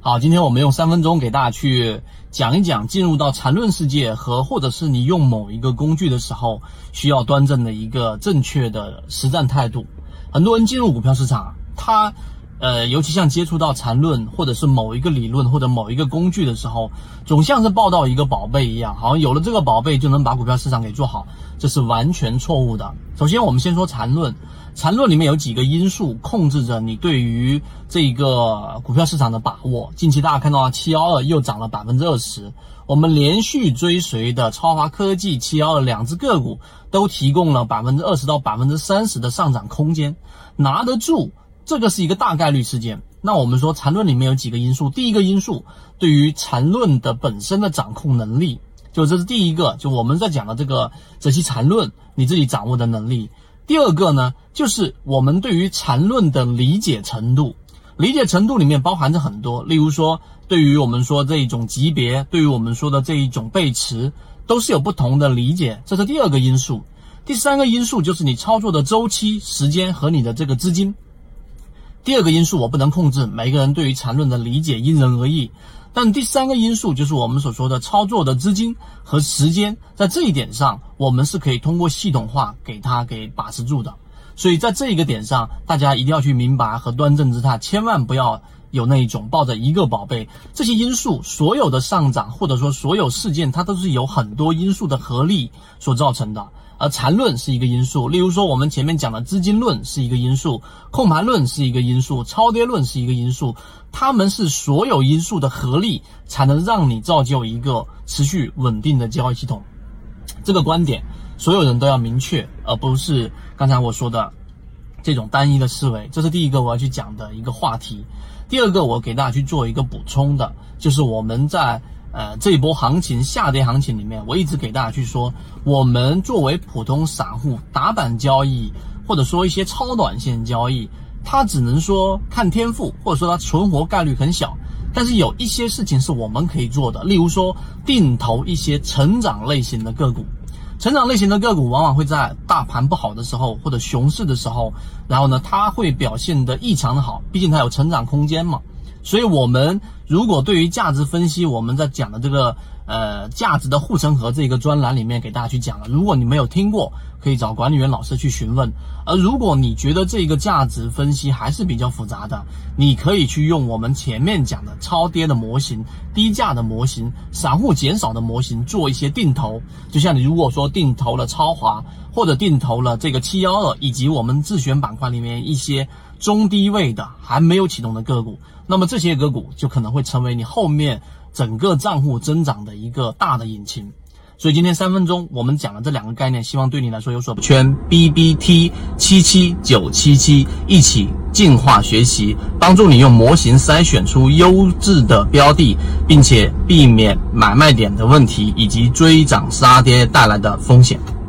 好，今天我们用3分钟给大家去讲一讲进入到缠论世界或者是你用某一个工具的时候需要端正的一个正确的实战态度。很多人进入股票市场，他尤其像接触到缠论或者是某一个理论或者某一个工具的时候，总像是抱到一个宝贝一样，好像有了这个宝贝就能把股票市场给做好，这是完全错误的。首先我们先说缠论，缠论里面有几个因素控制着你对于这个股票市场的把握。近期大家看到712又涨了 20%， 我们连续追随的超华科技、712两只个股都提供了 20% 到 30% 的上涨空间，拿得住，这个是一个大概率事件。那我们说缠论里面有几个因素，第一个因素对于缠论的本身的掌控能力，就这是第一个，就我们在讲的这期缠论你自己掌握的能力。第二个呢，就是我们对于缠论的理解程度，理解程度里面包含着很多，例如说对于我们说这一种级别，对于我们说的这一种背驰，都是有不同的理解，这是第二个因素。第三个因素就是你操作的周期、时间和你的这个资金。第二个因素我不能控制，每个人对于缠论的理解因人而异。但第三个因素就是我们所说的操作的资金和时间，在这一点上我们是可以通过系统化给把持住的。所以在这一个点上，大家一定要去明白和端正姿态，千万不要有那一种抱着一个宝贝。这些因素所有的上涨或者说所有事件，它都是由很多因素的合力所造成的。而缠论是一个因素，例如说我们前面讲的资金论是一个因素，控盘论是一个因素，超跌论是一个因素，它们是所有因素的合力才能让你造就一个持续稳定的交易系统。这个观点所有人都要明确，而不是刚才我说的这种单一的思维。这是第一个我要去讲的一个话题。第二个我给大家去做一个补充的，就是我们在这一波行情下跌行情里面，我一直给大家去说，我们作为普通散户打板交易或者说一些超短线交易，它只能说看天赋，或者说它存活概率很小，但是有一些事情是我们可以做的，例如说定投一些成长类型的个股。成长类型的个股往往会在大盘不好的时候或者熊市的时候，然后呢它会表现得异常的好，毕竟它有成长空间嘛。所以我们如果对于价值分析，我们在讲的这个价值的护城河这个专栏里面给大家去讲了，如果你没有听过，可以找管理员老师去询问。而如果你觉得这个价值分析还是比较复杂的，你可以去用我们前面讲的超跌的模型、低价的模型、散户减少的模型做一些定投。就像你如果说定投了超华，或者定投了这个712，以及我们自选板块里面一些中低位的还没有启动的个股，那么这些个股就可能会成为你后面整个账户增长的一个大的引擎。所以今天3分钟我们讲了这两个概念，希望对你来说有所圈 BBT77977 一起进化学习，帮助你用模型筛选出优质的标的，并且避免买卖点的问题以及追涨杀跌带来的风险。